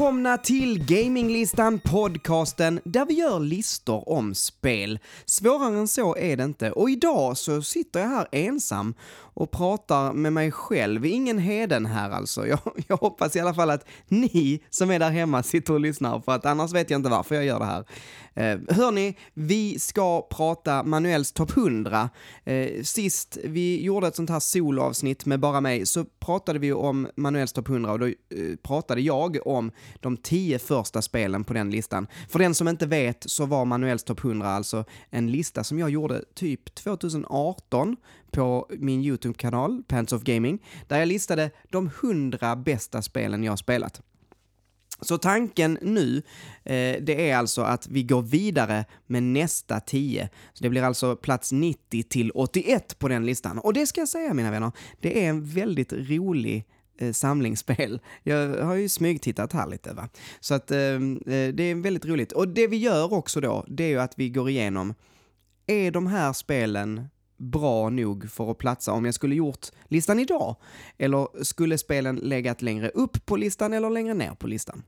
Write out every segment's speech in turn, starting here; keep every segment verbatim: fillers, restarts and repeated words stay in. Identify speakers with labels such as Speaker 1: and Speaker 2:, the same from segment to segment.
Speaker 1: Välkomna till Gaminglistan podcasten där vi gör listor om spel. Svårare än så är det inte. Och idag så sitter jag här ensam och pratar med mig själv. Ingen heden här alltså. Jag, jag hoppas i alla fall att ni som är där hemma sitter och lyssnar, för att annars vet jag inte varför jag gör det här. Eh, hörni, vi ska prata Manuels topp hundra. Eh, sist vi gjorde ett sånt här soloavsnitt med bara mig så pratade vi om Manuels topp hundra och då eh, pratade jag om de tio första spelen på den listan. För den som inte vet så var Manuels topp hundra alltså en lista som jag gjorde typ tjugoarton på min YouTube-kanal Pants of Gaming, där jag listade de hundra bästa spelen jag har spelat. Så tanken nu, eh, det är alltså att vi går vidare med nästa tio. Så det blir alltså plats nittio till åttioett på den listan. Och det ska jag säga, mina vänner, det är en väldigt rolig eh, samlingsspel. Jag har ju smygtittat här lite, va? Så att eh, det är väldigt roligt. Och det vi gör också då, det är ju att vi går igenom, är de här spelen bra nog för att platsa om jag skulle gjort listan idag? Eller skulle spelen legat längre upp på listan eller längre ner på listan?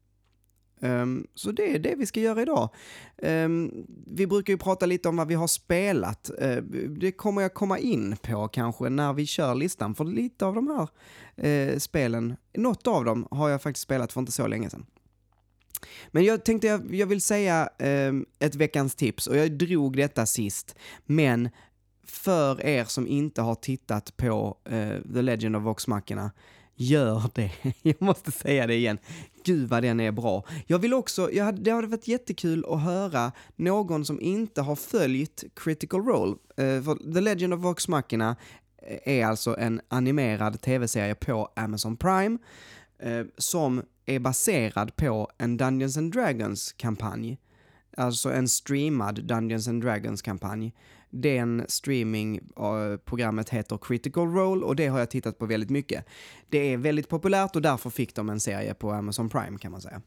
Speaker 1: Um, så det är det vi ska göra idag. Um, vi brukar ju prata lite om vad vi har spelat. Uh, det kommer jag komma in på kanske när vi kör listan. För lite av de här uh, spelen, något av dem har jag faktiskt spelat för inte så länge sedan. Men jag tänkte jag, jag vill säga um, ett veckans tips. Och jag drog detta sist. Men för er som inte har tittat på uh, The Legend of Vox Machina, gör det. Jag måste säga det igen. Gud vad den är bra. Jag vill också, jag hade, det hade varit jättekul att höra någon som inte har följt Critical Role. Uh, för The Legend of Vox Machina är alltså en animerad tv-serie på Amazon Prime uh, som är baserad på en Dungeons and Dragons-kampanj. Alltså en streamad Dungeons and Dragons-kampanj. Den streamingprogrammet heter Critical Role och det har jag tittat på väldigt mycket. Det är väldigt populärt och därför fick de en serie på Amazon Prime, kan man säga.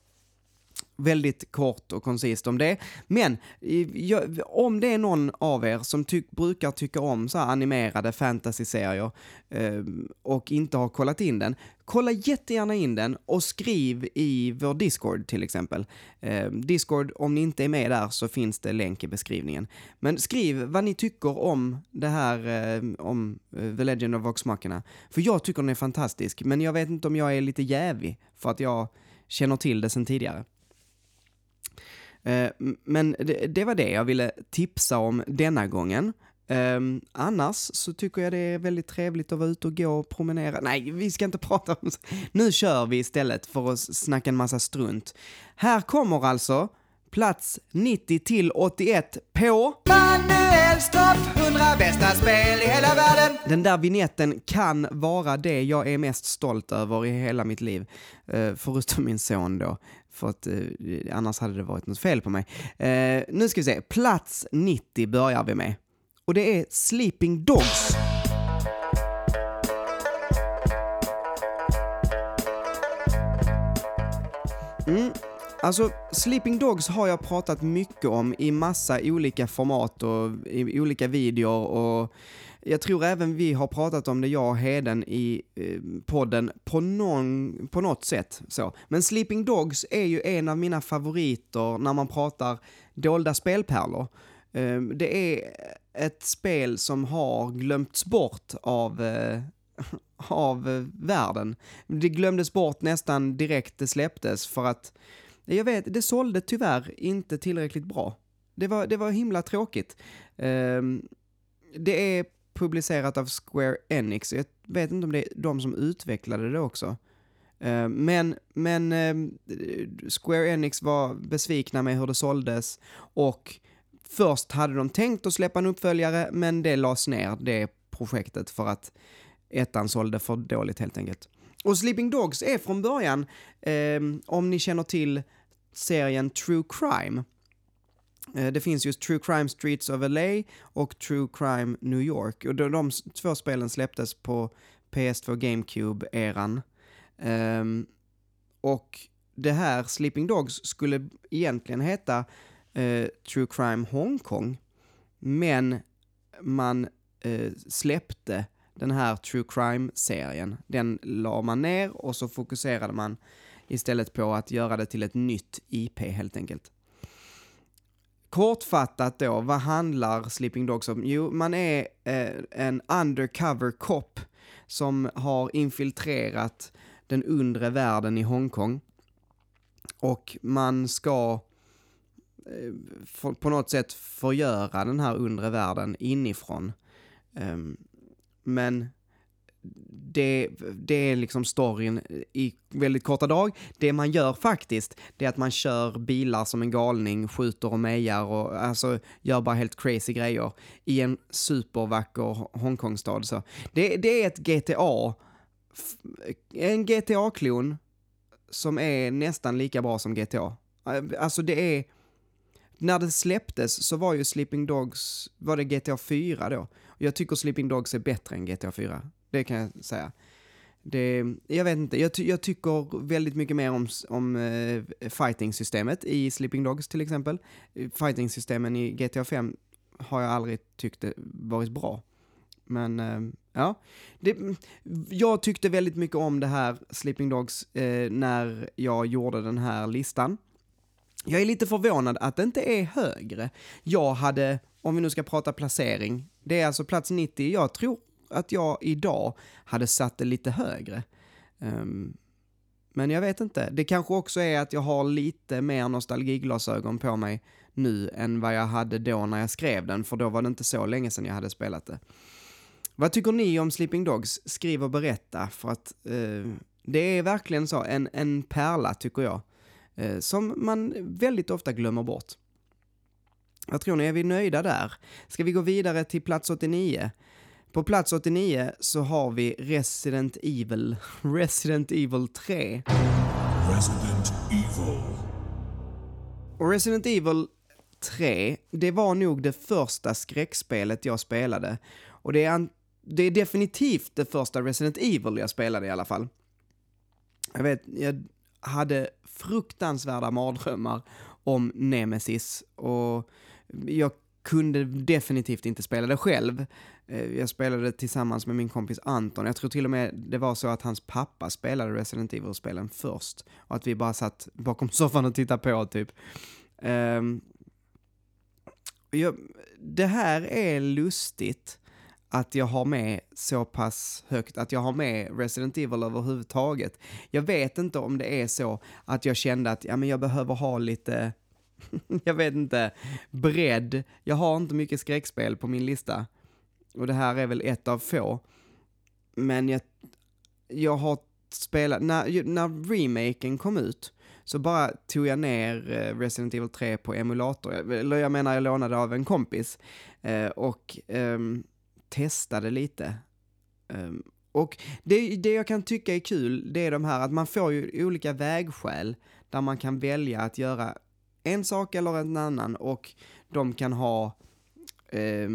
Speaker 1: Väldigt kort och koncist om det. Men jag, om det är någon av er som ty- brukar tycka om så här animerade fantasy-serier eh, och inte har kollat in den, kolla jättegärna in den och skriv i vår Discord till exempel. Eh, Discord, om ni inte är med där så finns det länk i beskrivningen. Men skriv vad ni tycker om det här, eh, om eh, The Legend of Vox Machina. För jag tycker den är fantastisk, men jag vet inte om jag är lite jävig för att jag känner till det sedan tidigare. Uh, men det, det var det jag ville tipsa om denna gången. Uh, annars så tycker jag det är väldigt trevligt att vara ute och gå och promenera. Nej, vi ska inte prata om så. Nu kör vi istället för att snacka en massa strunt. Här kommer alltså plats nittio till åttioett på Manuels topp hundra bästa spel i hela världen. Den där vignetten kan vara det jag är mest stolt över i hela mitt liv. Uh, förutom min son då. För att uh, annars hade det varit något fel på mig. Uh, nu ska vi se. Plats nittio börjar vi med. Och det är Sleeping Dogs. Mm. Alltså, Sleeping Dogs har jag pratat mycket om i massa olika format och i olika videor, och jag tror även vi har pratat om det, jag och Heden, i eh, podden på, någon, på något sätt. Så. Men Sleeping Dogs är ju en av mina favoriter när man pratar dolda spelpärlor. Eh, det är ett spel som har glömts bort av... Eh, av eh, världen. Det glömdes bort nästan direkt det släpptes, för att jag vet, det sålde tyvärr inte tillräckligt bra. Det var, det var himla tråkigt. Um, det är publicerat av Square Enix. Jag vet inte om det är de som utvecklade det också. Uh, men men um, Square Enix var besvikna med hur det såldes, och först hade de tänkt att släppa en uppföljare, men det lades ner, det projektet, för att ettan sålde för dåligt helt enkelt. Och Sleeping Dogs är från början, eh, om ni känner till serien True Crime. Eh, det finns just True Crime Streets of L A och True Crime New York. Och de, de två spelen släpptes på P S två GameCube-eran. Eh, och det här Sleeping Dogs skulle egentligen heta eh, True Crime Hong Kong. Men man eh, släppte den här True Crime-serien. Den la man ner och så fokuserade man istället på att göra det till ett nytt I P helt enkelt. Kortfattat då, vad handlar Sleeping Dogs om? Jo, man är eh, en undercover cop som har infiltrerat den undre världen i Hongkong. Och man ska eh, för, på något sätt förgöra den här undre världen inifrån. Um, men det, det är liksom storyn i väldigt korta dag. Det man gör faktiskt, det är att man kör bilar som en galning, skjuter och mejar och alltså gör bara helt crazy grejer i en supervacker Hongkongstad. Så det, det är ett G T A, en G T A-klon som är nästan lika bra som G T A. Alltså det är, när det släpptes så var ju Sleeping Dogs, var det G T A fyra då? Jag tycker Sleeping Dogs är bättre än G T A fyra. Det kan jag säga. Det, jag vet inte, jag, ty- jag tycker väldigt mycket mer om, om uh, fighting-systemet i Sleeping Dogs till exempel. Fighting-systemen i G T A fem har jag aldrig tyckt det varit bra. Men uh, ja, det, jag tyckte väldigt mycket om det här Sleeping Dogs uh, när jag gjorde den här listan. Jag är lite förvånad att det inte är högre. Jag hade, om vi nu ska prata placering, det är alltså plats nittio. Jag tror att jag idag hade satt det lite högre. Um, men jag vet inte. Det kanske också är att jag har lite mer nostalgiglasögon på mig nu än vad jag hade då när jag skrev den. För då var det inte så länge sedan jag hade spelat det. Vad tycker ni om Sleeping Dogs? Skriv och berätta. För att uh, det är verkligen så. En, en pärla tycker jag. Uh, som man väldigt ofta glömmer bort. Vad tror ni? Är vi nöjda där? Ska vi gå vidare till plats åttionio? På plats åttionio så har vi Resident Evil. Resident Evil tre.
Speaker 2: Resident Evil.
Speaker 1: Och Resident Evil tre, det var nog det första skräckspelet jag spelade. Och det är, an- det är definitivt det första Resident Evil jag spelade i alla fall. Jag vet, jag hade fruktansvärda mardrömmar om Nemesis. Och jag kunde definitivt inte spela det själv. Jag spelade tillsammans med min kompis Anton. Jag tror till och med det var så att hans pappa spelade Resident Evil-spelen först. Och att vi bara satt bakom soffan och tittade på typ. Um, jag, det här är lustigt att jag har med så pass högt, att jag har med Resident Evil överhuvudtaget. Jag vet inte om det är så att jag kände att ja, men jag behöver ha lite... jag vet inte, bredd. Jag har inte mycket skräckspel på min lista. Och det här är väl ett av få. Men jag, jag har spelat, när, när remaken kom ut så bara tog jag ner Resident Evil tre på emulator. Eller jag menar jag lånade av en kompis. Eh, och eh, testade lite. Eh, och det, det jag kan tycka är kul, det är de här att man får ju olika vägskäl där man kan välja att göra en sak eller en annan, och de kan ha eh,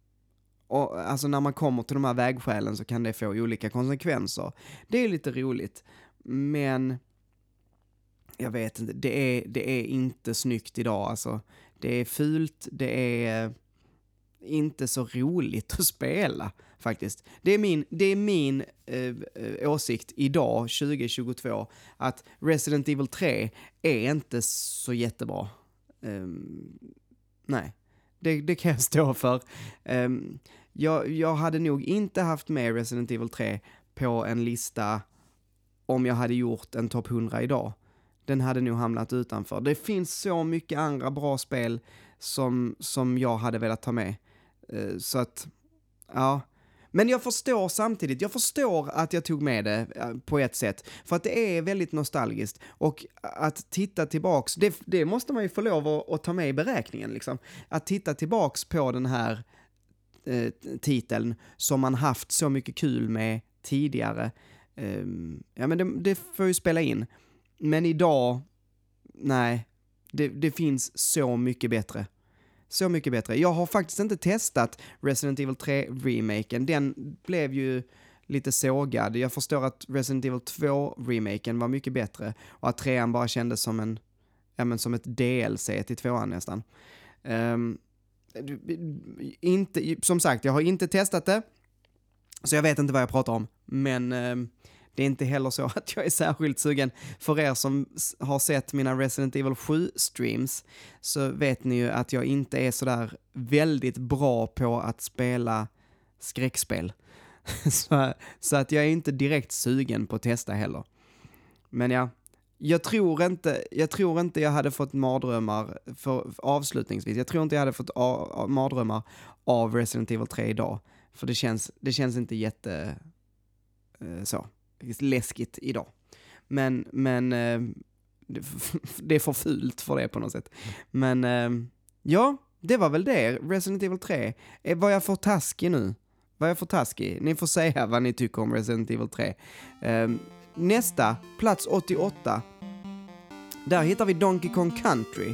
Speaker 1: och, alltså när man kommer till de här vägskälen så kan det få olika konsekvenser. Det är lite roligt, men jag vet inte, det är, det är inte snyggt idag alltså. Det är fult, det är inte så roligt att spela faktiskt. Det är min, det är min eh, åsikt idag, tjugo tjugotvå, att Resident Evil tre är inte så jättebra. Um, nej, det, det kan jag stå för. Um, jag, jag hade nog inte haft med Resident Evil tre på en lista om jag hade gjort en topp hundra idag. Den hade nog hamnat utanför. Det finns så mycket andra bra spel som, som jag hade velat ta med. Uh, så att, ja... Men jag förstår samtidigt, jag förstår att jag tog med det på ett sätt. För att det är väldigt nostalgiskt. Och att titta tillbaks, det, det måste man ju få lov att, att ta med i beräkningen. Liksom. Att titta tillbaks på den här eh, titeln som man haft så mycket kul med tidigare. Eh, ja men det, det får ju spela in. Men idag, nej, det, det finns så mycket bättre. Så mycket bättre. Jag har faktiskt inte testat Resident Evil tre-remaken. Den blev ju lite sågad. Jag förstår att Resident Evil två-remaken var mycket bättre. Och att trean bara kändes som en, ja, men som ett D L C till tvåan nästan. Um, inte, som sagt, jag har inte testat det. Så jag vet inte vad jag pratar om. Men um, det är inte heller så att jag är särskilt sugen. För er som har sett mina Resident Evil sju-streams så vet ni ju att jag inte är sådär väldigt bra på att spela skräckspel. så, så att jag är inte direkt sugen på att testa heller. Men ja, jag tror inte jag, tror inte jag hade fått mardrömmar för, avslutningsvis. Jag tror inte jag hade fått a, a, mardrömmar av Resident Evil tre idag. För det känns, det känns inte jätte eh, så läskigt idag. Men, men eh, det, det är för fult för det på något sätt. Men eh, ja, det var väl det. Resident Evil tre. Eh, var jag för taskig nu? Var jag för taskig? Ni får säga vad ni tycker om Resident Evil tre. Eh, nästa, plats åttioåtta. Där hittar vi Donkey Kong Country.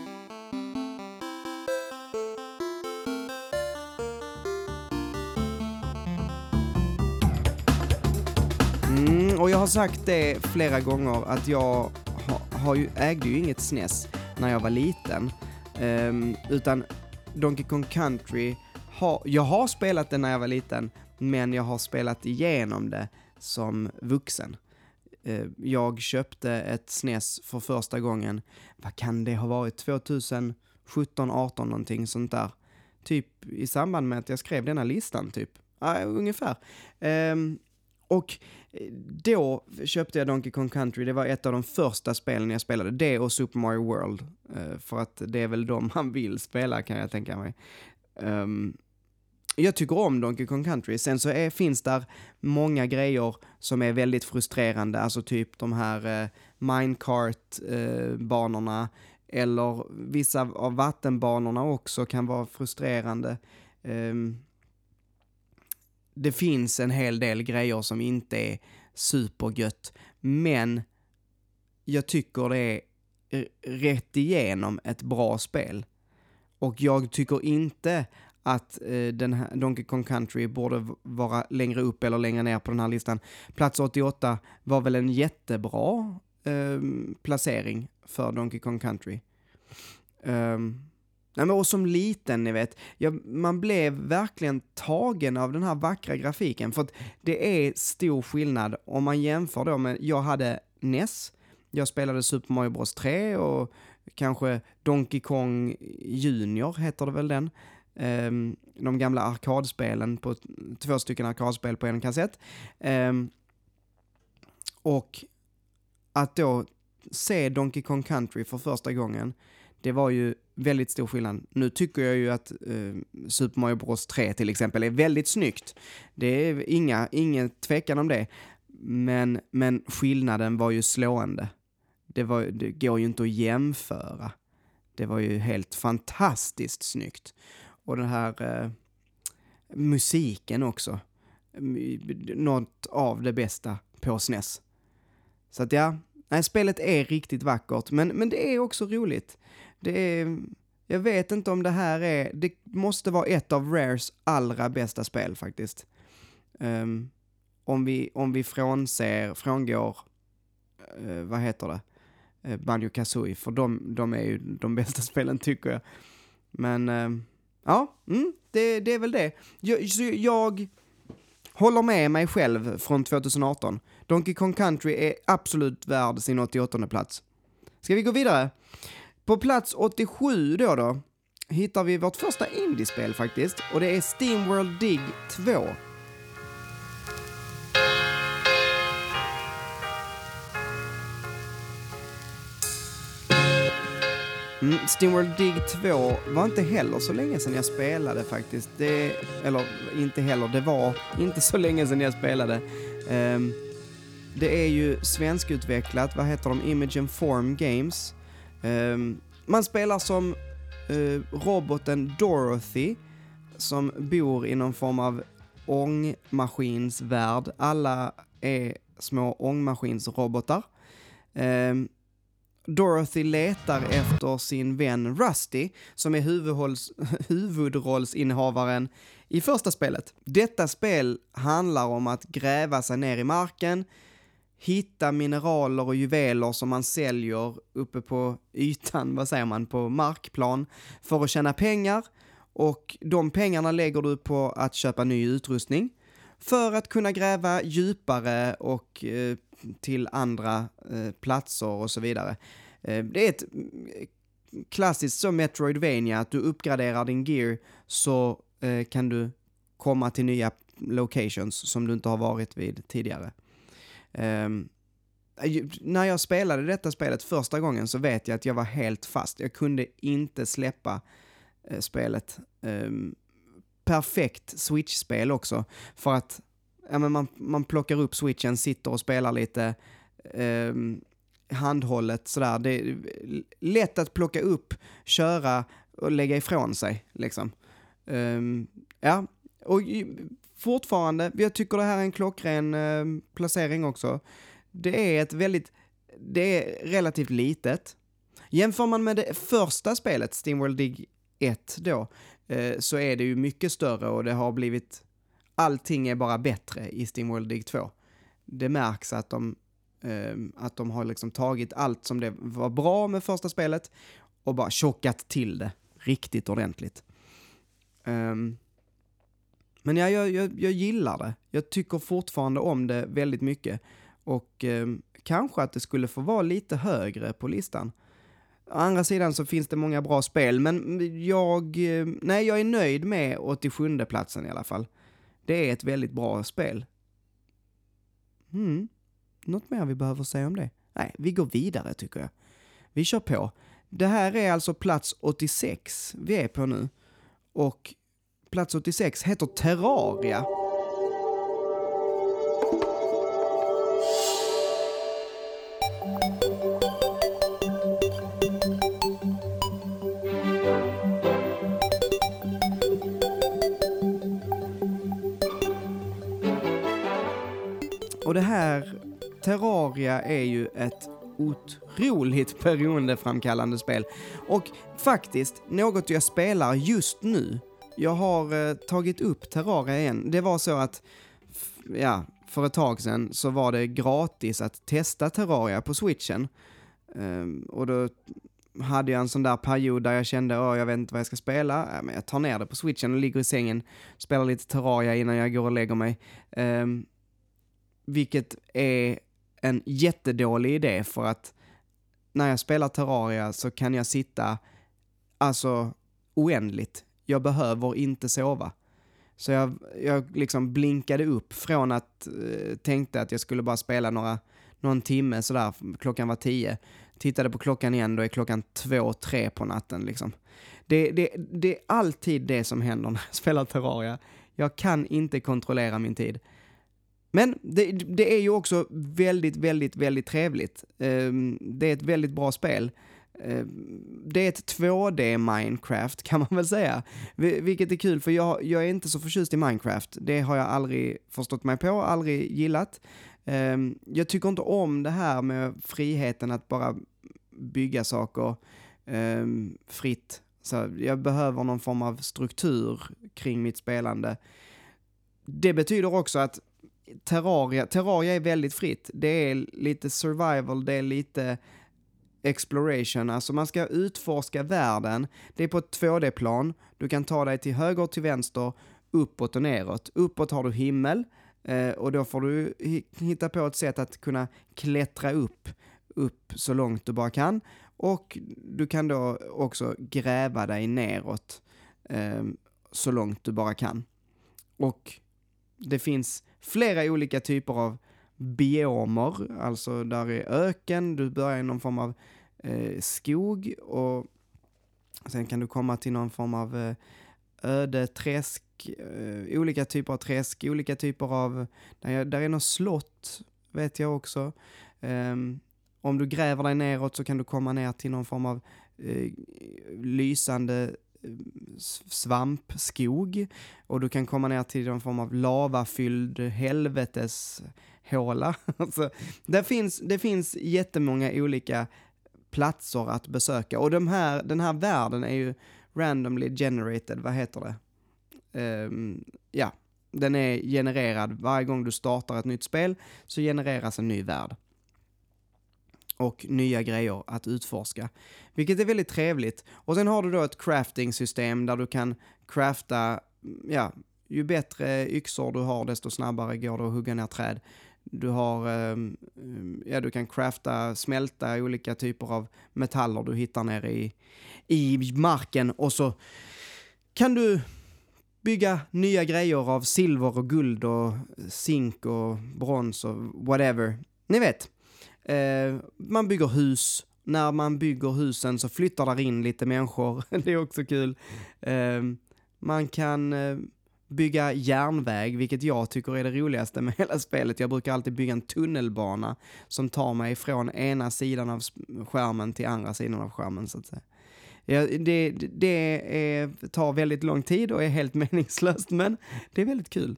Speaker 1: Mm, och jag har sagt det flera gånger att jag ha, har ju, ägde ju inget S N E S när jag var liten. Um, utan Donkey Kong Country, ha, jag har spelat det när jag var liten, men jag har spelat igenom det som vuxen. Uh, jag köpte ett S N E S för första gången, vad kan det ha varit, tjugosjutton arton någonting sånt där. Typ i samband med att jag skrev denna listan typ. Uh, ungefär. Um, Och då köpte jag Donkey Kong Country. Det var ett av de första spelen jag spelade. Det och Super Mario World. För att det är väl de man vill spela, kan jag tänka mig. Um, jag tycker om Donkey Kong Country. Sen så är, finns där många grejer som är väldigt frustrerande. Alltså typ de här uh, minecart-banorna. Uh, eller vissa av vattenbanorna också kan vara frustrerande. Um, Det finns en hel del grejer som inte är supergött, men jag tycker det är rätt igenom ett bra spel. Och jag tycker inte att eh, den här Donkey Kong Country borde vara längre upp eller längre ner på den här listan. Plats åttioåtta var väl en jättebra eh, placering för Donkey Kong Country. Um, Nej, men och som liten, ni vet, jag, man blev verkligen tagen av den här vackra grafiken, för att det är stor skillnad om man jämför då med, jag hade N E S, jag spelade Super Mario Bros tre och kanske Donkey Kong Junior heter det väl den, um, de gamla arkadspelen, på två stycken arkadspel på en kassett, um, och att då se Donkey Kong Country för första gången, det var ju väldigt stor skillnad. Nu tycker jag ju att eh, Super Mario Bros tre till exempel är väldigt snyggt. Det är inga, ingen tvekan om det. Men, men skillnaden var ju slående. Det, var, det går ju inte att jämföra. Det var ju helt fantastiskt snyggt. Och den här eh, musiken också. Något av det bästa på S N E S. Så att ja, nej, spelet är riktigt vackert. Men, men det är också roligt. Det är, jag vet inte om det här är, det måste vara ett av Rares allra bästa spel faktiskt. Um, om vi, om vi frånser, frångår, uh, vad heter det? Uh, Banjo-Kazooie, för de, de är ju de bästa spelen tycker jag. Men uh, ja, mm, det, det är väl det. Jag, jag håller med mig själv från tjugoarton. Donkey Kong Country är absolut värd sin åttioåttonde plats. Ska vi gå vidare? På plats åttiosju då då hittar vi vårt första indiespel faktiskt. Och det är SteamWorld Dig två. Mm, SteamWorld Dig två var inte heller så länge sedan jag spelade faktiskt. Det, eller inte heller, det var inte så länge sedan jag spelade. Um, det är ju svenskutvecklat, vad heter de? Image and Form Games. Um, man spelar som uh, roboten Dorothy som bor i någon form av ångmaskinsvärld. Alla är små ångmaskinsrobotar. Um, Dorothy letar efter sin vän Rusty som är huvudhålls, huvudrollsinnehavaren i första spelet. Detta spel handlar om att gräva sig ner i marken, hitta mineraler och juveler som man säljer uppe på ytan, vad säger man, på markplan för att tjäna pengar, och de pengarna lägger du på att köpa ny utrustning. för att kunna gräva djupare och eh, till andra eh, platser och så vidare. Eh, det är ett klassiskt som Metroidvania, att du uppgraderar din gear så eh, kan du komma till nya locations som du inte har varit vid tidigare. Um, när jag spelade detta spelet första gången så vet jag att jag var helt fast. Jag kunde inte släppa uh, spelet. Um, perfekt Switch-spel också, för att ja, men man, man plockar upp Switchen, sitter och spelar lite um, handhållet sådär. Det är lätt att plocka upp, köra och lägga ifrån sig liksom. Um, ja, och fortfarande, jag tycker det här är en klockren eh, placering också. Det är ett väldigt, det är relativt litet. Jämför man med det första spelet, SteamWorld Dig ett då, eh, så är det ju mycket större och det har blivit, allting är bara bättre i SteamWorld Dig två. Det märks att de, eh, att de har liksom tagit allt som det var bra med första spelet och bara tjockat till det riktigt ordentligt. Um, Men ja, jag, jag, jag gillar det. Jag tycker fortfarande om det väldigt mycket. Och eh, kanske att det skulle få vara lite högre på listan. Å andra sidan så finns det många bra spel. Men jag, eh, nej, jag är nöjd med åttiosjunde platsen i alla fall. Det är ett väldigt bra spel. Hmm. Något mer vi behöver säga om det? Nej, vi går vidare tycker jag. Vi kör på. Det här är alltså plats åttiosex vi är på nu. Och plats åttiosex heter Terraria. Och det här Terraria är ju ett otroligt beroendeframkallande spel. Och faktiskt något jag spelar just nu. Jag har eh, tagit upp Terraria igen. Det var så att f- ja, för ett tag sedan så var det gratis att testa Terraria på Switchen. Um, och då hade jag en sån där period där jag kände att jag vet inte vad jag ska spela. Ja, men jag tar ner det på Switchen och ligger i sängen, spelar lite Terraria innan jag går och lägger mig. Um, vilket är en jättedålig idé, för att när jag spelar Terraria så kan jag sitta alltså oändligt. Jag behöver inte sova. Så jag, jag liksom blinkade upp från att eh, tänkte att jag skulle bara spela några, någon timme sådär, klockan var tio. Tittade på klockan igen, då är klockan två, tre på natten liksom. Det, det, det är alltid det som händer när jag spelar Terraria. Jag kan inte kontrollera min tid. Men det, det är ju också väldigt, väldigt, väldigt trevligt. Um, det är ett väldigt bra spel. Det är ett två D Minecraft kan man väl säga. Vilket är kul, för jag, jag är inte så förtjust i Minecraft. Det har jag aldrig förstått mig på, aldrig gillat. Um, jag tycker inte om det här med friheten att bara bygga saker um, fritt. Så jag behöver någon form av struktur kring mitt spelande. Det betyder också att Terraria, Terraria är väldigt fritt. Det är lite survival, det är lite exploration, alltså man ska utforska världen. Det är på ett två D-plan. Du kan ta dig till höger och till vänster, uppåt och neråt. Uppåt har du himmel eh, och då får du hitta på ett sätt att kunna klättra upp, upp så långt du bara kan. Och du kan då också gräva dig neråt eh, så långt du bara kan. Och det finns flera olika typer av biomer, alltså där är öken, du börjar i någon form av eh, skog och sen kan du komma till någon form av eh, öde träsk, eh, olika typer av träsk, olika typer av, där, där är något slott vet jag också. Um, om du gräver dig neråt så kan du komma ner till någon form av eh, lysande svampskog, och du kan komma ner till någon form av lavafylld helvetes håla. Alltså, det finns, det finns jättemånga olika platser att besöka, och de här, den här världen är ju randomly generated, vad heter det? Um, ja, den är genererad varje gång du startar ett nytt spel, så genereras en ny värld och nya grejer att utforska, vilket är väldigt trevligt. Och sen har du då ett crafting-system där du kan crafta ja, ju bättre yxor du har, desto snabbare går det att hugga ner träd. Du har, um, ja, du kan crafta, smälta olika typer av metaller du hittar nere i, i marken, och så kan du bygga nya grejer av silver och guld och zink och brons och whatever. Ni vet, uh, man bygger hus. När man bygger husen så flyttar där in lite människor. Det är också kul. Uh, man kan uh, bygga järnväg, vilket jag tycker är det roligaste med hela spelet. Jag brukar alltid bygga en tunnelbana som tar mig från ena sidan av skärmen till andra sidan av skärmen, så att säga. Ja, det det är, tar väldigt lång tid och är helt meningslöst, men det är väldigt kul.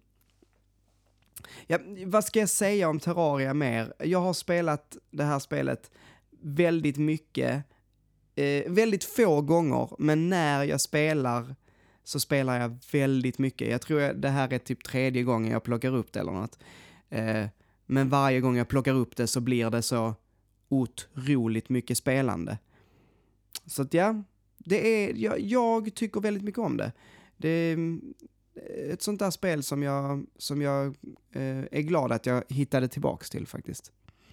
Speaker 1: Ja, vad ska jag säga om Terraria mer? Jag har spelat det här spelet väldigt mycket, eh, väldigt få gånger, men när jag spelar så spelar jag väldigt mycket. Jag tror att det här är typ tredje gången jag plockar upp det eller något. Eh, men varje gång jag plockar upp det så blir det så otroligt mycket spelande. Så att ja, det är, jag, jag tycker väldigt mycket om det. Det är ett sånt där spel som jag, som jag eh, är glad att jag hittade tillbaks till faktiskt.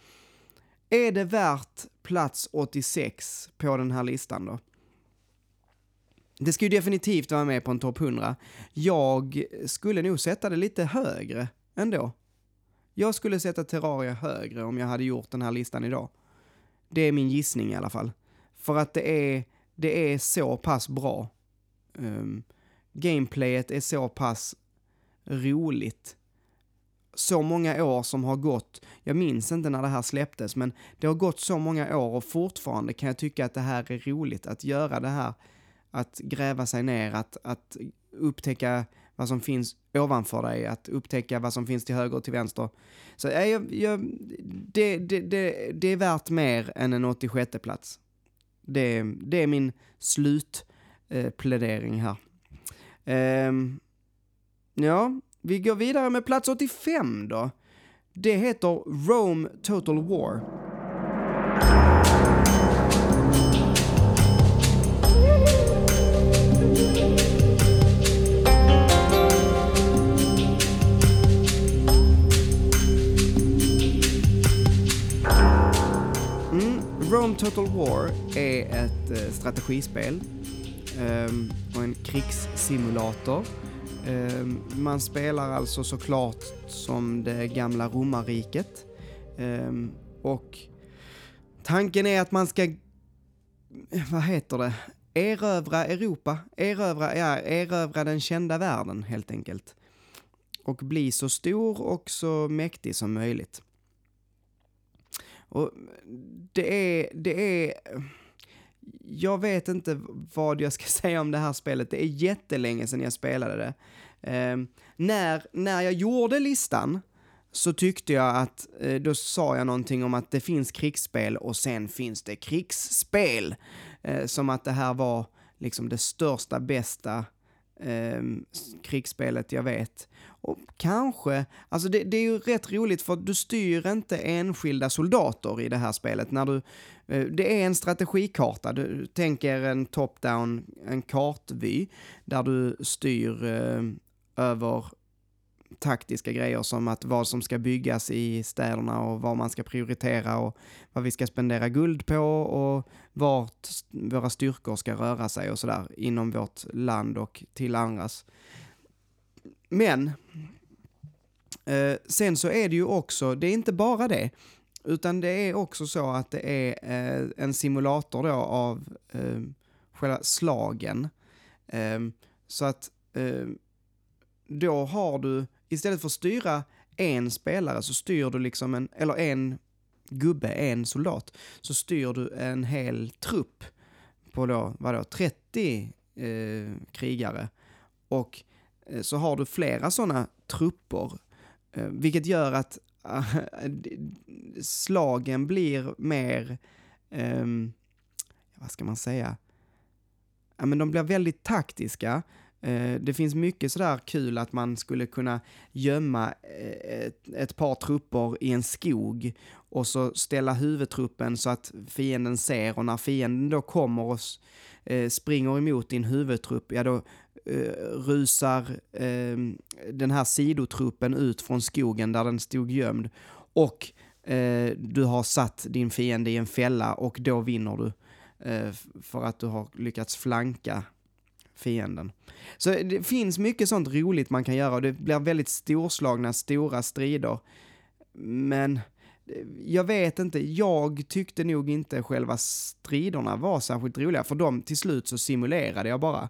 Speaker 1: Är det värt plats åttiosex på den här listan då? Det ska ju definitivt vara med på en topp hundra. Jag skulle nog sätta det lite högre ändå. Jag skulle sätta Terraria högre om jag hade gjort den här listan idag. Det är min gissning i alla fall. För att det är, det är så pass bra. Um, gameplayet är så pass roligt. Så många år som har gått. Jag minns inte när det här släpptes, men det har gått så många år och fortfarande kan jag tycka att det här är roligt. Att göra det här, att gräva sig ner, att, att upptäcka vad som finns ovanför dig, att upptäcka vad som finns till höger och till vänster. Så jag, jag, det, det, det, det är värt mer än en åttiosjätte plats. Det, det är min slutplädering eh, här. Um, ja, vi går vidare med plats åttiofem då. Det heter Rome Total War. Rome Total War är ett eh, strategispel um, och en krigssimulator. Um, man spelar alltså såklart som det gamla romarriket. Um, och tanken är att man ska, vad heter det, erövra Europa, erövra, ja, erövra den kända världen helt enkelt. Och bli så stor och så mäktig som möjligt. Och det är, det är, jag vet inte vad jag ska säga om det här spelet. Det är jättelänge sedan jag spelade det. Eh, när, när jag gjorde listan så tyckte jag att, eh, då sa jag någonting om att det finns krigsspel och sen finns det krigsspel. Eh, som att det här var liksom det största, bästa eh, krigsspelet jag vet. Och kanske, alltså det, det är ju rätt roligt för du styr inte enskilda soldater i det här spelet. När du, det är en strategikarta, du tänker en top-down, en kartvy där du styr eh, över taktiska grejer som att vad som ska byggas i städerna och vad man ska prioritera och vad vi ska spendera guld på och vart våra styrkor ska röra sig och sådär inom vårt land och till andras. Men eh, sen så är det ju också, det är inte bara det, utan det är också så att det är eh, en simulator då av eh, själva slagen. Eh, så att eh, då har du, istället för att styra en spelare så styr du liksom en, eller en gubbe, en soldat, så styr du en hel trupp på då, vadå, trettio eh, krigare. Och så har du flera sådana trupper, vilket gör att äh, slagen blir mer, äh, vad ska man säga, ja, men de blir väldigt taktiska. Äh, det finns mycket sådär kul att man skulle kunna gömma ett, ett par trupper i en skog och så ställa huvudtruppen så att fienden ser, och när fienden då kommer och äh, springer emot din huvudtrupp, ja då eh, rusar eh, den här sidotruppen ut från skogen där den stod gömd och eh, du har satt din fiende i en fälla och då vinner du eh, för att du har lyckats flanka fienden. Så det finns mycket sånt roligt man kan göra och det blir väldigt storslagna, stora strider. Men jag vet inte, jag tyckte nog inte själva striderna var särskilt roliga, för dem till slut så simulerade jag bara.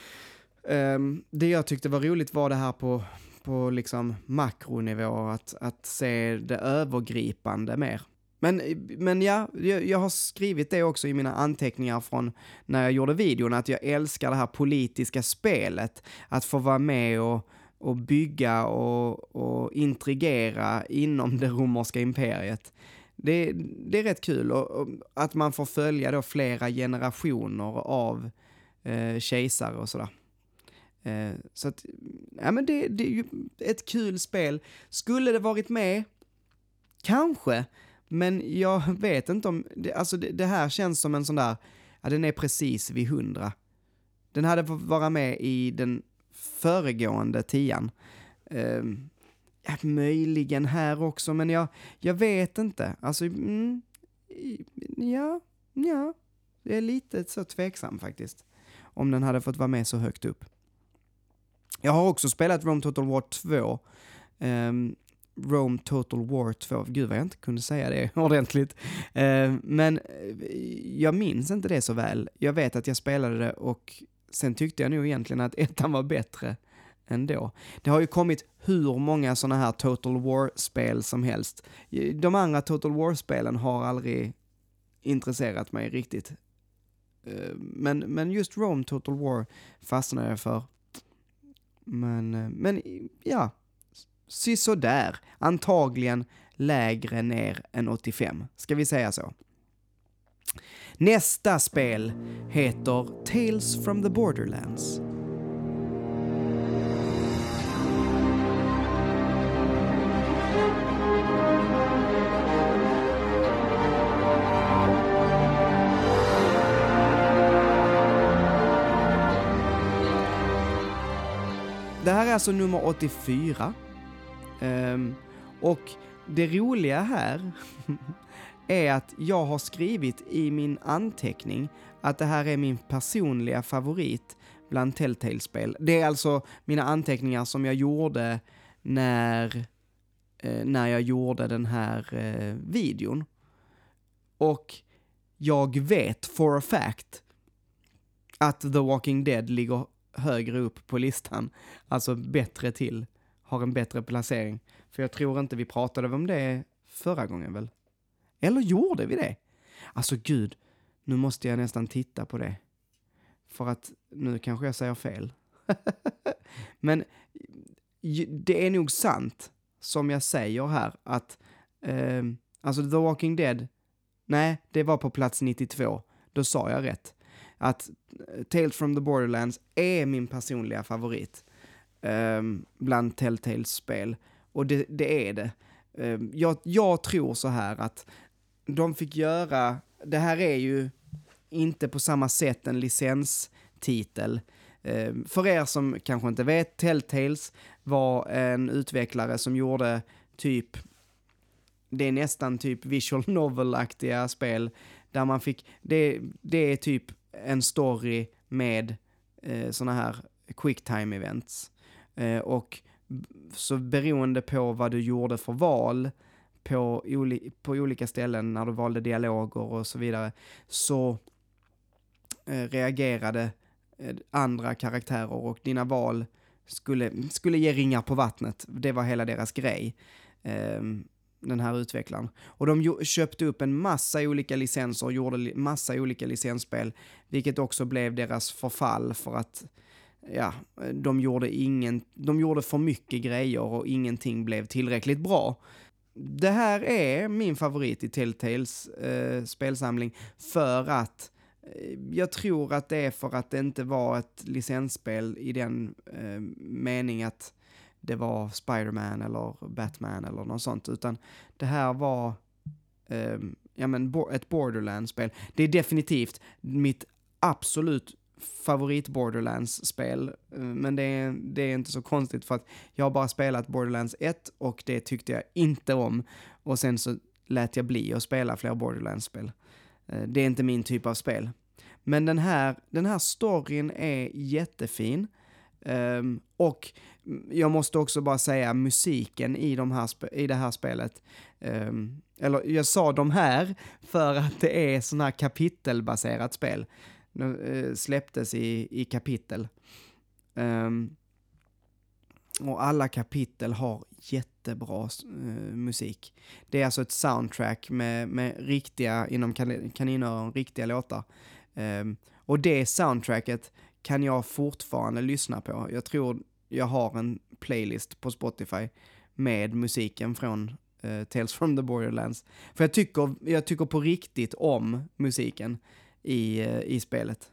Speaker 1: Um, det jag tyckte var roligt var det här på, på liksom makronivå, att, att se det övergripande mer. Men, men ja, jag, jag har skrivit det också i mina anteckningar från när jag gjorde videon, att jag älskar det här politiska spelet, att få vara med och och bygga och, och intrigera inom det romerska imperiet. Det, det är rätt kul och, och att man får följa då flera generationer av eh, kejsare och sådär. Eh, så att, ja men det, det är ju ett kul spel. Skulle det varit med? Kanske. Men jag vet inte om, det, alltså det, det här känns som en sån där, ja den är precis vid hundra. Den hade fått vara med i den föregående tian. Uh, ja, möjligen här också, men jag, jag vet inte. Alltså, mm, ja, ja, det är lite så tveksam faktiskt. Om den hade fått vara med så högt upp. Jag har också spelat Rome Total War två. Um, Rome Total War två. Gud vad jag inte kunde säga det ordentligt. Uh, men jag minns inte det så väl. Jag vet att jag spelade det och sen tyckte jag nog egentligen att ettan var bättre ändå. Det har ju kommit hur många sådana här Total War-spel som helst. De andra Total War-spelen har aldrig intresserat mig riktigt. Men, men just Rome Total War fastnade jag för. Men, men ja, så där. Antagligen lägre ner än åttiofem. Ska vi säga så? Nästa spel heter Tales from the Borderlands. Det här är alltså nummer åttiofyra. Um, och det roliga här är att jag har skrivit i min anteckning att det här är min personliga favorit bland Telltale-spel. Det är alltså mina anteckningar som jag gjorde när, eh, när jag gjorde den här eh, videon. Och jag vet for a fact att The Walking Dead ligger högre upp på listan. Alltså bättre till. Har en bättre placering. För jag tror inte vi pratade om det förra gången väl? Eller gjorde vi det? Alltså gud, nu måste jag nästan titta på det. För att nu kanske jag säger fel. Men det är nog sant som jag säger här att eh, alltså The Walking Dead, nej, det var på plats nittiotvå. Då sa jag rätt. Att Tales from the Borderlands är min personliga favorit eh, bland Telltales spel. Och det, det är det. Eh, jag, jag tror så här att de fick göra, det här är ju inte på samma sätt en licenstitel. Eh, för er som kanske inte vet, Telltales var en utvecklare som gjorde typ, det är nästan typ visual novel-aktiga spel där man fick, det, det är typ en story med eh, såna här quick time events. Eh, och så beroende på vad du gjorde för val på, oli- på olika ställen när du valde dialoger och så vidare, så eh, reagerade eh, andra karaktärer och dina val skulle, skulle ge ringar på vattnet. Det var hela deras grej. Eh, den här utvecklaren. Och de jo- köpte upp en massa olika licenser och gjorde li- massa olika licensspel, vilket också blev deras förfall för att ja, de gjorde ingen, de gjorde för mycket grejer och ingenting blev tillräckligt bra. Det här är min favorit i Telltales eh, spelsamling för att eh, jag tror att det är för att det inte var ett licensspel i den eh, mening att det var Spider-Man eller Batman eller något sånt, utan det här var eh, ja, men bo- ett Borderlands-spel. Det är definitivt mitt absolut favorit Borderlands-spel. Men det är, det är inte så konstigt för att jag har bara spelat Borderlands ett och det tyckte jag inte om. Och sen så lät jag bli att spela fler Borderlands-spel. Det är inte min typ av spel. Men den här, den här storyn är jättefin. Um, och jag måste också bara säga musiken i, de här spe- i det här spelet. Um, eller jag sa de här för att det är sån här kapitelbaserat spel. Nu uh, släpptes i, i kapitel. Um, och alla kapitel har jättebra uh, musik. Det är alltså ett soundtrack med, med riktiga, inom kan- kaninöron, riktiga låtar. Um, och det soundtracket kan jag fortfarande lyssna på. Jag tror jag har en playlist på Spotify med musiken från uh, Tales from the Borderlands. För jag tycker, jag tycker på riktigt om musiken i, uh, i spelet.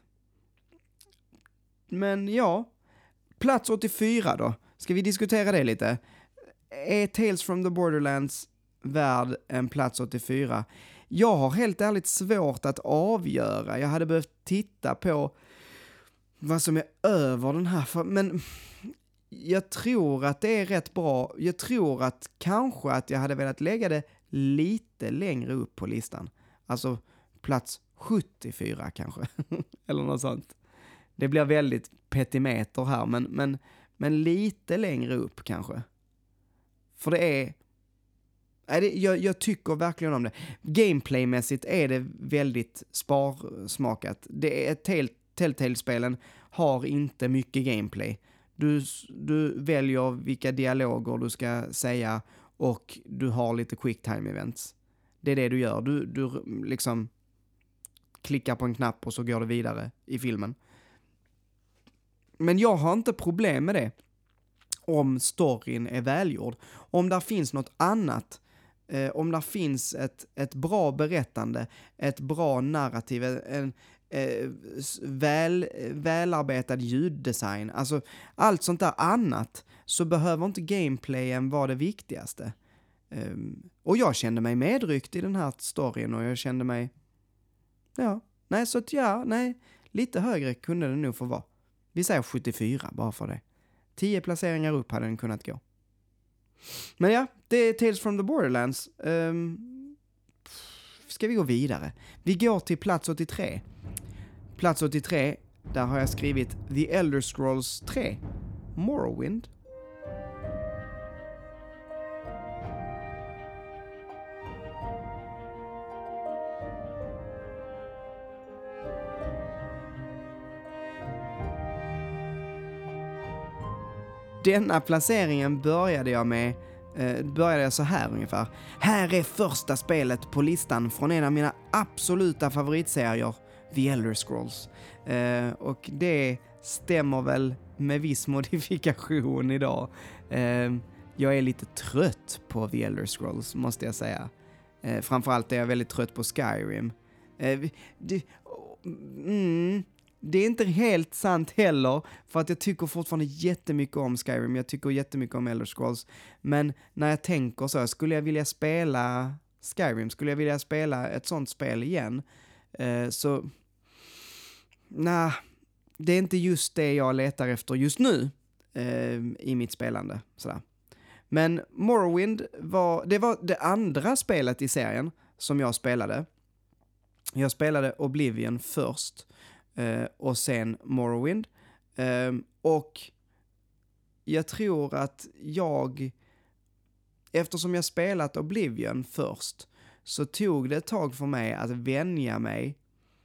Speaker 1: Men ja, plats åttiofyra då. Ska vi diskutera det lite? Är Tales from the Borderlands värd en plats åttiofyra? Jag har helt ärligt svårt att avgöra. Jag hade behövt titta på vad som är över den här. Men jag tror att det är rätt bra. Jag tror att kanske att jag hade velat lägga det lite längre upp på listan. Alltså plats sjuttiofyra kanske. Eller något sånt. Det blir väldigt petimeter här. Men, men, men lite längre upp kanske. För det är... Nej, det, jag, jag tycker verkligen om det. Gameplaymässigt är det väldigt sparsmakat. Det är Tell, Telltale-spelen har inte mycket gameplay. Du, du väljer vilka dialoger du ska säga och du har lite quick time events. Det är det du gör. Du, du liksom klickar på en knapp och så går det vidare i filmen. Men jag har inte problem med det om storyn är välgjord. Om där finns något annat, eh, om där finns ett, ett bra berättande, ett bra narrativ, en eh, väl, välarbetad ljuddesign, alltså allt sånt där annat, så behöver inte gameplayen vara det viktigaste. Um, och jag kände mig medryckt i den här storyn och jag kände mig, ja, nej så att ja, nej, lite högre kunde det nog få vara. Vi säger sjuttiofyra bara för det. Tio placeringar upp hade den kunnat gå. Men ja, det är Tales from the Borderlands. Um, ska vi gå vidare? Vi går till plats åttiotre. Plats åttiotre, där har jag skrivit The Elder Scrolls tre. Morrowind. Denna placeringen började jag med eh, började jag så här ungefär. Här är första spelet på listan från en av mina absoluta favoritserier, The Elder Scrolls. Eh, och det stämmer väl med viss modifikation idag. Eh, jag är lite trött på The Elder Scrolls, måste jag säga. Eh, framförallt är jag väldigt trött på Skyrim. Eh, det, mm, Det är inte helt sant heller, för att jag tycker fortfarande jättemycket om Skyrim. Jag tycker jättemycket om Elder Scrolls. Men när jag tänker så, skulle jag vilja spela Skyrim, skulle jag vilja spela ett sånt spel igen, eh, så nej, det är inte just det jag letar efter just nu eh, i mitt spelande. Sådär. Men Morrowind var, det var det andra spelet i serien som jag spelade. Jag spelade Oblivion först. Uh, och sen Morrowind. Uh, och jag tror att jag, eftersom jag spelat Oblivion först, så tog det ett tag för mig att vänja mig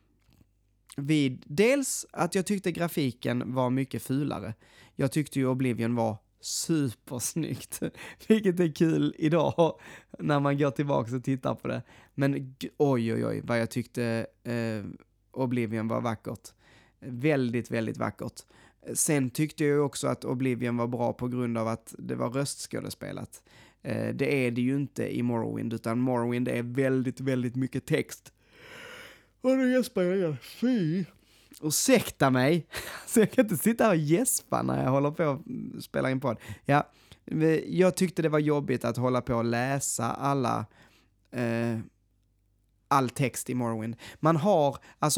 Speaker 1: vid dels att jag tyckte grafiken var mycket fulare. Jag tyckte ju Oblivion var supersnyggt, vilket är kul idag när man går tillbaka och tittar på det. Men oj oj oj vad jag tyckte uh, Oblivion var vackert. Väldigt, väldigt vackert. Sen tyckte jag också att Oblivion var bra på grund av att det var röstskådespelat. Eh, det är det ju inte i Morrowind, utan Morrowind är väldigt, väldigt mycket text. Och nu gäspar jag igen. Fy! Ursäkta mig. Så jag kan inte sitta här och gäspa när jag håller på att spela in podd. Ja, jag tyckte det var jobbigt att hålla på och läsa alla... Eh, all text i Morrowind. Man har, alltså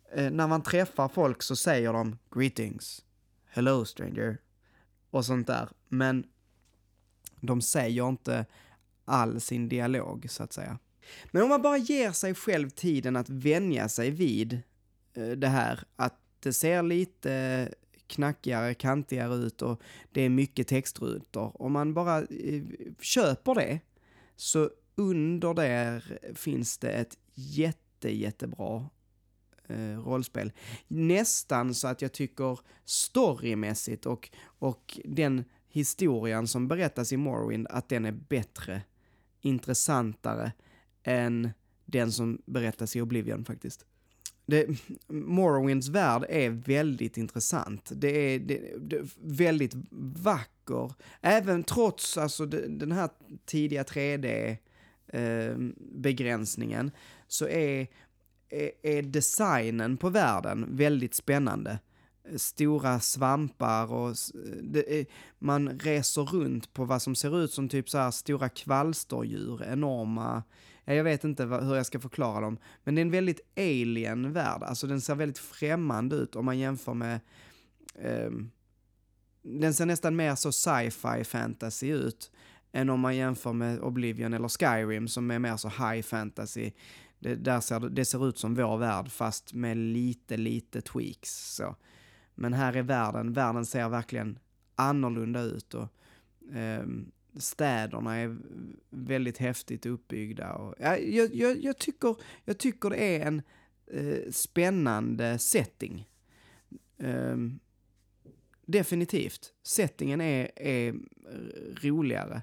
Speaker 1: eh, när man träffar folk så säger de greetings, hello stranger och sånt där. Men de säger inte all sin dialog så att säga. Men om man bara ger sig själv tiden att vänja sig vid eh, det här, att det ser lite knackigare, kantigare ut och det är mycket textrutor. Om man bara eh, köper det, så under där finns det ett jätte, jättebra eh, rollspel. Nästan så att jag tycker storymässigt och, och den historien som berättas i Morrowind, att den är bättre, intressantare än den som berättas i Oblivion faktiskt. Det, Morrowinds värld är väldigt intressant. Det är, det, det är väldigt vacker. Även trots alltså, det, den här tidiga tre D-begränsningen eh, så är, är, är designen på världen väldigt spännande. Stora svampar och det är, man reser runt på vad som ser ut som typ så här stora kvalsterdjur, enorma. Jag vet inte vad, hur jag ska förklara dem. Men det är en väldigt alien värld. Alltså den ser väldigt främmande ut om man jämför med... Eh, den ser nästan mer så sci-fi fantasy ut än om man jämför med Oblivion eller Skyrim som är mer så high fantasy. Det, där ser, det ser ut som vår värld fast med lite, lite tweaks. Så. Men här är världen. Världen ser verkligen annorlunda ut och... Eh, städerna är väldigt häftigt uppbyggda. Och, ja, jag, jag, jag, tycker, jag tycker det är en eh, spännande setting. Um, definitivt. Settingen är, är roligare.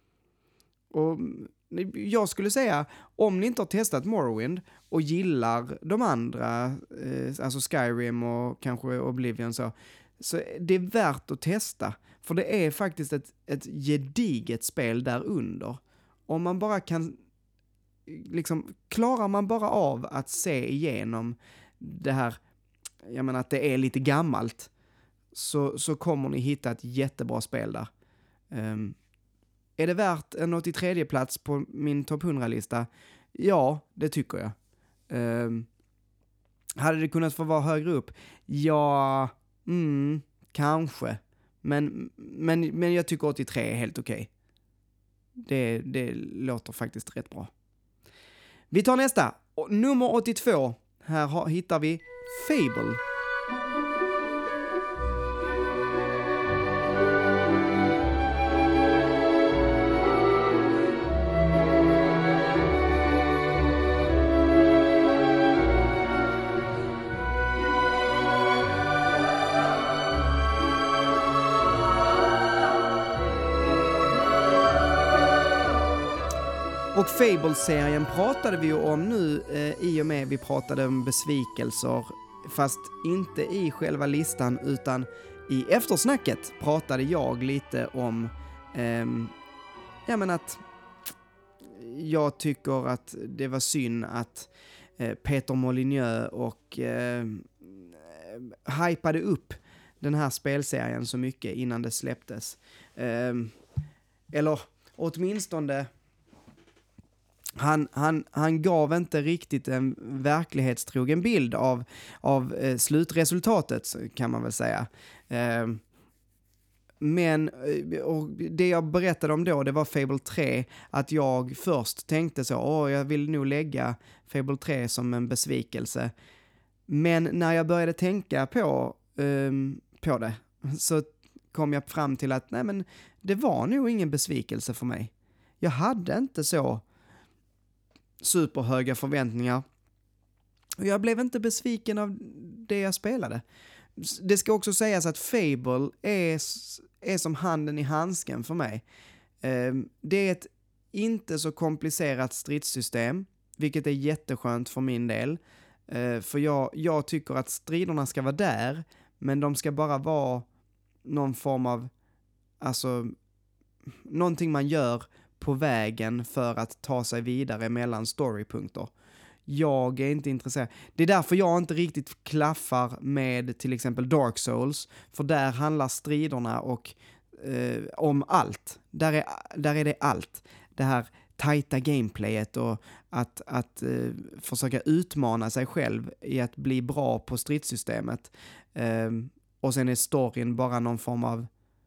Speaker 1: Och jag skulle säga, om ni inte har testat Morrowind och gillar de andra, eh, alltså Skyrim och kanske Oblivion så, så det är värt att testa. För det är faktiskt ett, ett gediget spel där under. Om man bara kan, liksom, klarar man bara av att se igenom det här, jag menar att det är lite gammalt, så, så kommer ni hitta ett jättebra spel där. Um, är det värt en åttiotre plats på min topp hundra-lista? Ja, det tycker jag. Um, hade det kunnat få vara högre upp? Ja, mm, kanske. Men, men, men jag tycker åttiotre är helt okej. Okay. Det, det låter faktiskt rätt bra. Vi tar nästa. Nummer åttiotvå. Här har, hittar vi Fable. Och Fable-serien pratade vi ju om nu eh, i och med vi pratade om besvikelser, fast inte i själva listan utan i eftersnacket pratade jag lite om eh, ja men att jag tycker att det var synd att eh, Peter Molyneux och eh, hypade upp den här spelserien så mycket innan det släpptes. Eh, eller åtminstone Han, han, han gav inte riktigt en verklighetstrogen bild av, av eh, slutresultatet, kan man väl säga. Eh, men och det jag berättade om då, det var Fable tre, att jag först tänkte så, åh, jag vill nog lägga Fable tre som en besvikelse. Men när jag började tänka på, eh, på det, så kom jag fram till att nej, men det var nog ingen besvikelse för mig. Jag hade inte så superhöga förväntningar. Och jag blev inte besviken av det jag spelade. Det ska också sägas att Fable är, är som handen i handsken för mig. Det är ett inte så komplicerat stridssystem, vilket är jätteskönt för min del. För jag, jag tycker att striderna ska vara där, men de ska bara vara någon form av, alltså, någonting man gör på vägen för att ta sig vidare mellan storypunkter. Jag är inte intresserad. Det är därför jag inte riktigt klaffar med till exempel Dark Souls, för där handlar striderna och eh, om allt. Där är, där är det allt. Det här tajta gameplayet och att, att uh, försöka utmana sig själv i att bli bra på stridssystemet. Um, och sen är storyn bara någon form av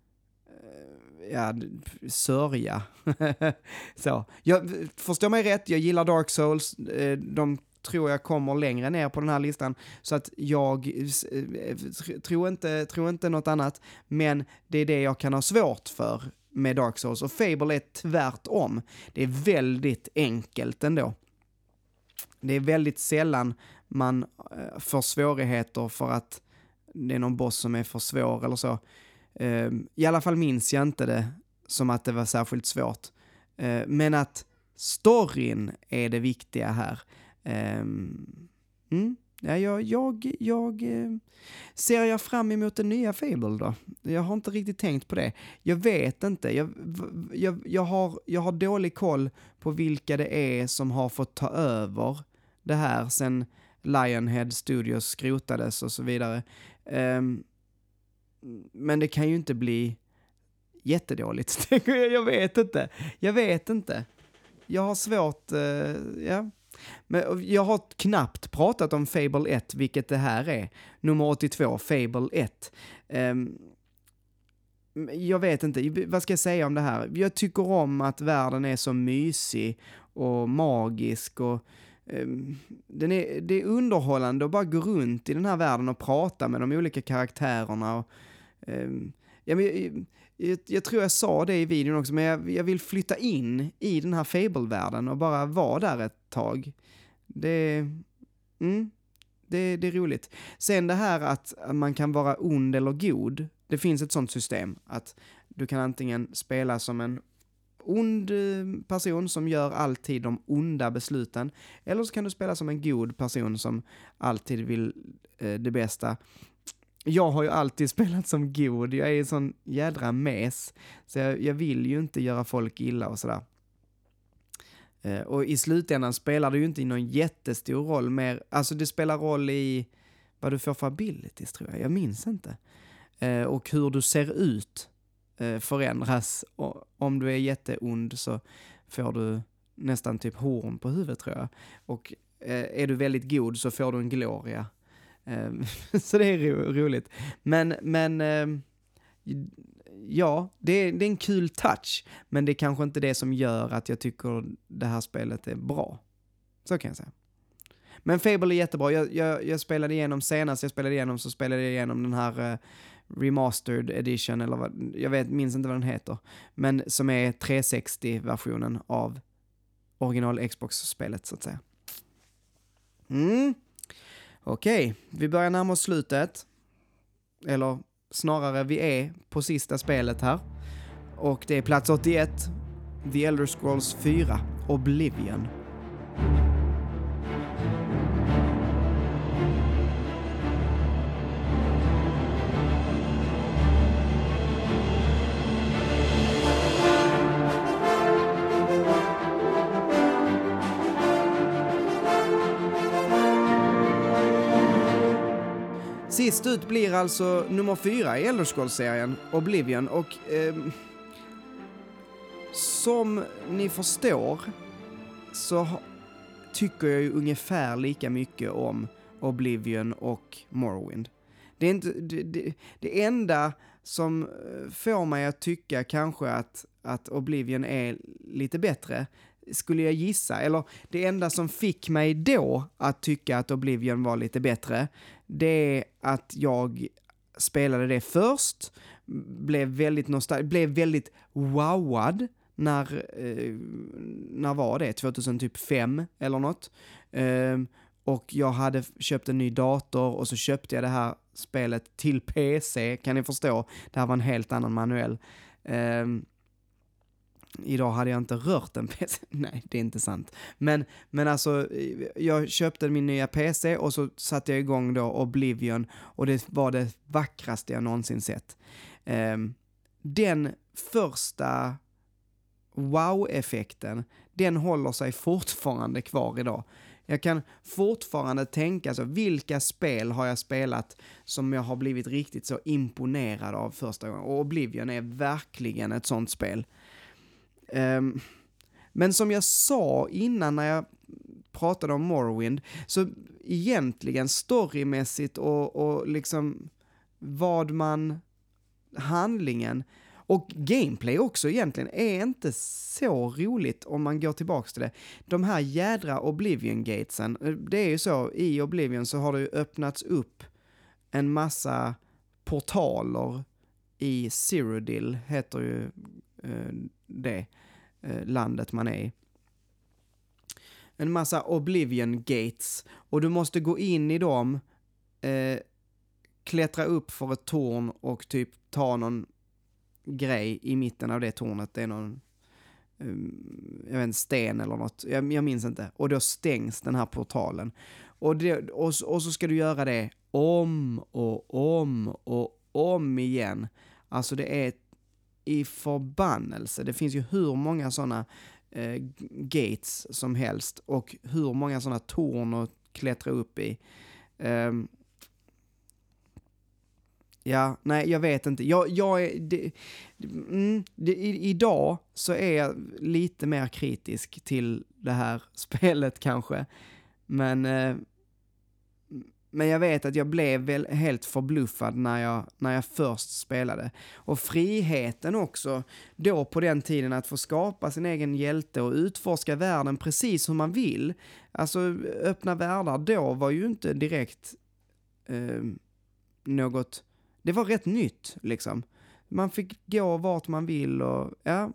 Speaker 1: uh, ja, sörja. Så. Jag förstår mig rätt, jag gillar Dark Souls. Uh, de tror jag kommer längre ner på den här listan, så att jag uh, tror inte, tror inte något annat, men det är det jag kan ha svårt för med Dark Souls, och Fable är tvärtom. Det är väldigt enkelt ändå. Det är väldigt sällan man uh, får svårigheter för att det är någon boss som är för svår eller så. Uh, I alla fall minns jag inte det som att det var särskilt svårt. Uh, men att storyn är det viktiga här. Um, mm. Ja, jag, jag, jag eh, ser jag fram emot en nya Fable då? Jag har inte riktigt tänkt på det. Jag vet inte. Jag, jag, jag, har, jag har dålig koll på vilka det är som har fått ta över det här sen Lionhead Studios skrotades och så vidare. Um, men det kan ju inte bli jättedåligt. Jag vet inte. Jag vet inte. Jag har svårt... Uh, ja. Men jag har knappt pratat om Fable ett, vilket det här är. Nummer åttiotvå, Fable ett. Um, jag vet inte, vad ska jag säga om det här? Jag tycker om att världen är så mysig och magisk och um, den är, det är underhållande att bara gå runt i den här världen och prata med de olika karaktärerna. Och, um, ja, men, jag, jag, jag tror jag sa det i videon också, men jag, jag vill flytta in i den här Fable-världen och bara vara där ett tag. Det, mm, det, det är roligt. Sen det här att man kan vara ond eller god. Det finns ett sånt system att du kan antingen spela som en ond person som gör alltid de onda besluten, eller så kan du spela som en god person som alltid vill eh, det bästa. Jag har ju alltid spelat som god. Jag är en sån jädra mes. Så jag, jag vill ju inte göra folk illa och sådär. Eh, och i slutändan spelar det ju inte i någon jättestor roll mer. Alltså det spelar roll i vad du får för abilities, tror jag. Jag minns inte. Eh, och hur du ser ut eh, förändras. Och om du är jätteond så får du nästan typ horn på huvudet, tror jag. Och eh, är du väldigt god så får du en gloria. Så det är ro- roligt. Men, men ja, det är, det är en kul touch. Men det är kanske inte det som gör att jag tycker det här spelet är bra. Så kan jag säga. Men Fable är jättebra. Jag, jag, jag spelade igenom senast jag spelade igenom så spelade jag igenom den här uh, Remastered Edition, eller vad, jag vet, minns inte vad den heter. Men som är trehundrasextio-versionen av original Xbox-spelet, så att säga. Mm. Okej, vi börjar närma oss slutet. Eller snarare, vi är på sista spelet här. Och det är plats åttioett. The Elder Scrolls fyra, Oblivion. Sist ut blir alltså nummer fyra i Elder Scrolls-serien, Oblivion. Och eh, som ni förstår så ha, tycker jag ju ungefär lika mycket om Oblivion och Morrowind. Det är inte det, det, det enda som får mig att tycka kanske att, att Oblivion är lite bättre, skulle jag gissa. Eller det enda som fick mig då att tycka att Oblivion var lite bättre, det är att jag spelade det först, blev väldigt nostal- blev väldigt wowad när, eh, när var det? tjugohundrafem eller något. Eh, och jag hade köpt en ny dator och så köpte jag det här spelet till P C, kan ni förstå? Det här var en helt annan manuell. Eh, Idag hade jag inte rört en P C. Nej, det är inte sant. Men, men alltså, jag köpte min nya P C och så satte jag igång då Oblivion. Och det var det vackraste jag någonsin sett. Um, den första wow-effekten, den håller sig fortfarande kvar idag. Jag kan fortfarande tänka så, vilka spel har jag spelat som jag har blivit riktigt så imponerad av första gången. Och Oblivion är verkligen ett sånt spel. Um, Men som jag sa innan när jag pratade om Morrowind, så egentligen storymässigt och, och liksom vad man, handlingen och gameplay också egentligen är inte så roligt om man går tillbaka till det. De här jädra Oblivion gatesen, det är ju så, i Oblivion så har det ju öppnats upp en massa portaler i Cyrodiil, heter ju eh, det eh, landet man är i. En massa Oblivion gates, och du måste gå in i dem, eh, klättra upp för ett torn och typ ta någon grej i mitten av det tornet. Det är någon um, jag vet inte, sten eller något. Jag, jag minns inte. Och då stängs den här portalen. Och, det, och, och så ska du göra det om och om och om igen. Alltså det är i förbannelse. Det finns ju hur många sådana eh, gates som helst och hur många sådana torn att klättra upp i. Um, Ja, nej, jag vet inte. Jag, jag är, det, mm, det, i, idag så är jag lite mer kritisk till det här spelet kanske. Men, eh, men jag vet att jag blev väl helt förbluffad när jag, när jag först spelade. Och friheten också, då på den tiden att få skapa sin egen hjälte och utforska världen precis hur man vill. Alltså öppna världar då var ju inte direkt eh, något... Det var rätt nytt, liksom. Man fick gå vart man vill och ja,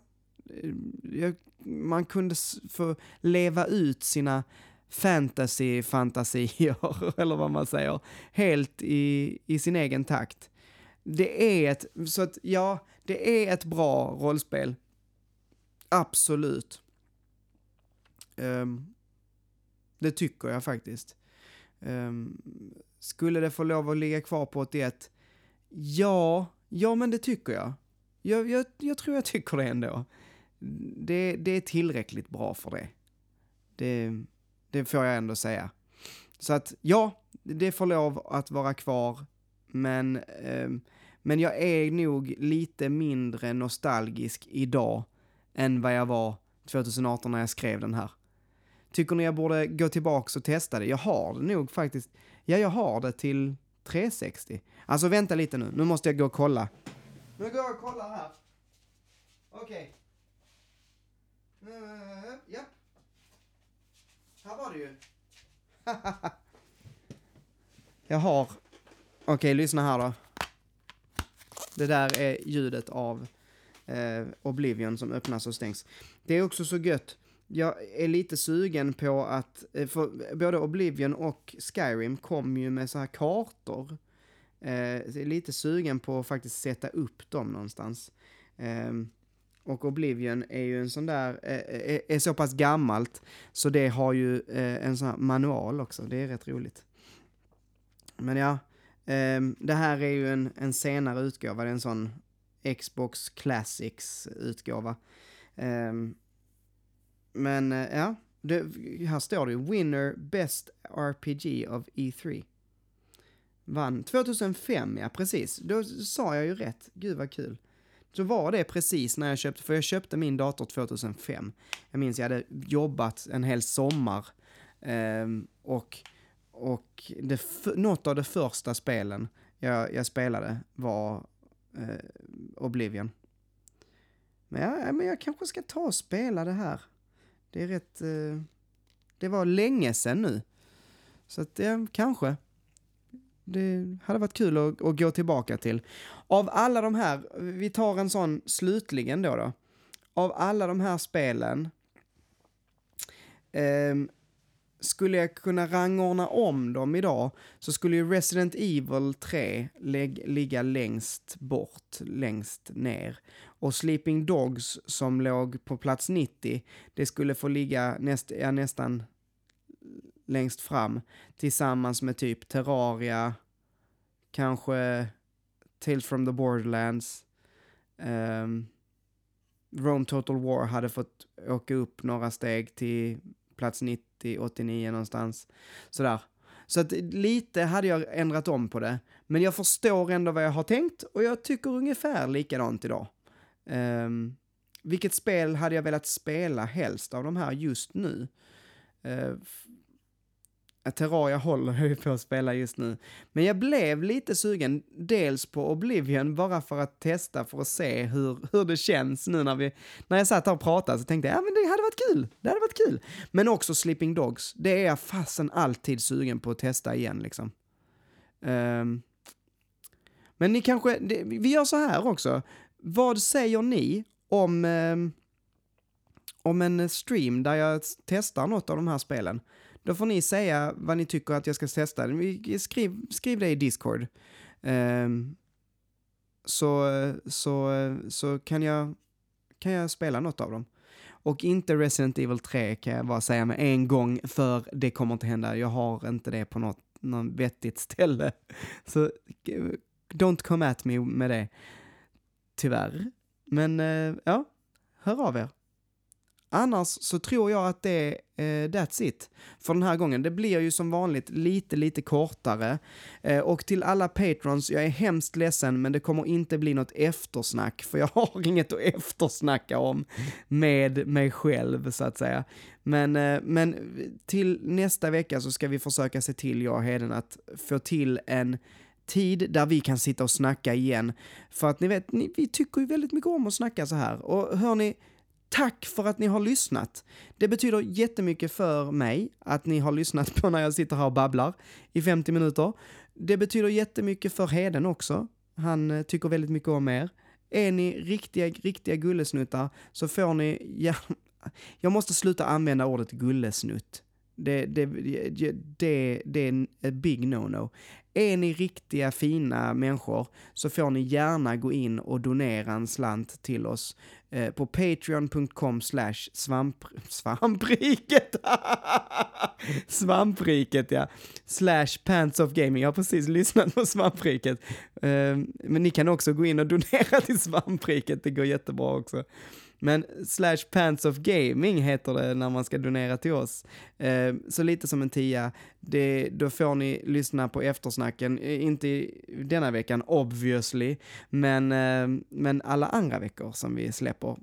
Speaker 1: man kunde få leva ut sina fantasy-fantasier, eller vad man säger, helt i, i sin egen takt. Det är ett, så att ja, det är ett bra rollspel. Absolut. Um, det tycker jag faktiskt. Um, skulle det få lov att ligga kvar på åttioett? Ja, ja men det tycker jag. Jag, jag, jag tror jag tycker det ändå. Det, det är tillräckligt bra för det. det. Det får jag ändå säga. Så att ja, det får lov att vara kvar. Men, eh, men jag är nog lite mindre nostalgisk idag än vad jag var tjugoarton när jag skrev den här. Tycker ni jag borde gå tillbaka och testa det? Jag har det nog faktiskt. Ja, jag har det till trehundrasextio. Alltså vänta lite nu. Nu måste jag gå och kolla. Nu går jag och kollar här. Okej. Okay. Uh, ja. Här var det ju. Jag har... Okej, okay, lyssna här då. Det där är ljudet av eh, Oblivion som öppnas och stängs. Det är också så gött. Jag är lite sugen på att... För både Oblivion och Skyrim kom ju med så här kartor. Eh, jag är lite sugen på att faktiskt sätta upp dem någonstans. Eh, och Oblivion är ju en sån där... Eh, är, är så pass gammalt så det har ju eh, en sån här manual också. Det är rätt roligt. Men ja, eh, det här är ju en, en senare utgåva. Det är en sån Xbox Classics utgåva. Eh, Men uh, ja, det, här står det ju Winner Best R P G of E tre. Vann tjugohundrafem, ja precis. Då sa jag ju rätt. Gud vad kul. Så var det precis när jag köpte, för jag köpte min dator tjugohundrafem. Jag minns jag hade jobbat en hel sommar um, och, och det, något av de första spelen jag, jag spelade var uh, Oblivion. Men, ja, men jag kanske ska ta och spela det här. Det är rätt... Eh, det var länge sedan nu. Så att ja, kanske. Det hade varit kul att, att gå tillbaka till. Av alla de här... Vi tar en sån slutligen då då. Av alla de här spelen... Eh, skulle jag kunna rangordna om dem idag så skulle ju Resident Evil tre lägg, ligga längst bort, längst ner. Och Sleeping Dogs som låg på plats nittio, det skulle få ligga näst, ja, nästan längst fram tillsammans med typ Terraria, kanske Tales from the Borderlands. Um, Rome Total War hade fått åka upp några steg till plats nittio, åttionio någonstans. Sådär. Så att lite hade jag ändrat om på det. Men jag förstår ändå vad jag har tänkt och jag tycker ungefär likadant idag. Um, vilket spel hade jag velat spela helst av de här just nu? Uh, Terraria håller jag på att spela just nu. Men jag blev lite sugen dels på Oblivion bara för att testa, för att se hur, hur det känns nu när vi, när jag satt här och pratade så tänkte jag, ja men det hade varit kul, det hade varit kul. Men också Sleeping Dogs, det är jag fasen alltid sugen på att testa igen liksom. Um, men ni kanske, det, vi gör så här också. Vad säger ni om, um, om en stream där jag testar något av de här spelen? Då får ni säga vad ni tycker att jag ska testa. Skriv, skriv det i Discord. Um, så så, så kan, jag, kan jag spela något av dem. Och inte Resident Evil tre kan jag bara säga med en gång, för det kommer inte hända. Jag har inte det på något, något vettigt ställe. Så don't come at me med det. Tyvärr. Men uh, ja, hör av er. Annars så tror jag att det är uh, that's it för den här gången. Det blir ju som vanligt lite, lite kortare. Uh, och till alla patrons, jag är hemskt ledsen, men det kommer inte bli något eftersnack. För jag har inget att eftersnacka om med mig själv, så att säga. Men, uh, men till nästa vecka så ska vi försöka se till, jag och Heden, att få till en tid där vi kan sitta och snacka igen. För att ni vet, ni, vi tycker ju väldigt mycket om att snacka så här. Och hör ni, tack för att ni har lyssnat. Det betyder jättemycket för mig att ni har lyssnat på när jag sitter här och babblar i femtio minuter. Det betyder jättemycket för Heden också. Han eh, tycker väldigt mycket om er. Är ni riktiga, riktiga gullesnuttar så får ni... Ja, jag måste sluta använda ordet gullesnutt. Det, det, det, det, det är en big no-no. Är ni riktiga fina människor så får ni gärna gå in och donera en slant till oss eh, på patreon dot com slash svamp svampriket svampriket ja slash pants of gaming. Jag har precis lyssnat på svampriket, eh, men ni kan också gå in och donera till svampriket, det går jättebra också. Men slash pants of gaming heter det när man ska donera till oss. Eh, så lite som en tia. Det, då får ni lyssna på eftersnacken. Eh, inte denna veckan, obviously. Men, eh, men alla andra veckor som vi släpper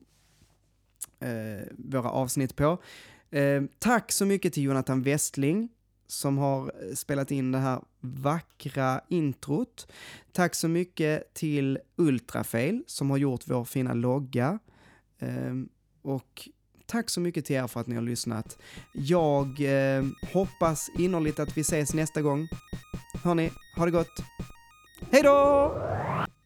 Speaker 1: eh, våra avsnitt på. Eh, tack så mycket till Jonathan Westling som har spelat in det här vackra introt. Tack så mycket till Ultrafail som har gjort vår fina logga. Um, och tack så mycket till er för att ni har lyssnat. Jag uh, hoppas innerligt att vi ses nästa gång. Hörni, ha det gott. Hej då!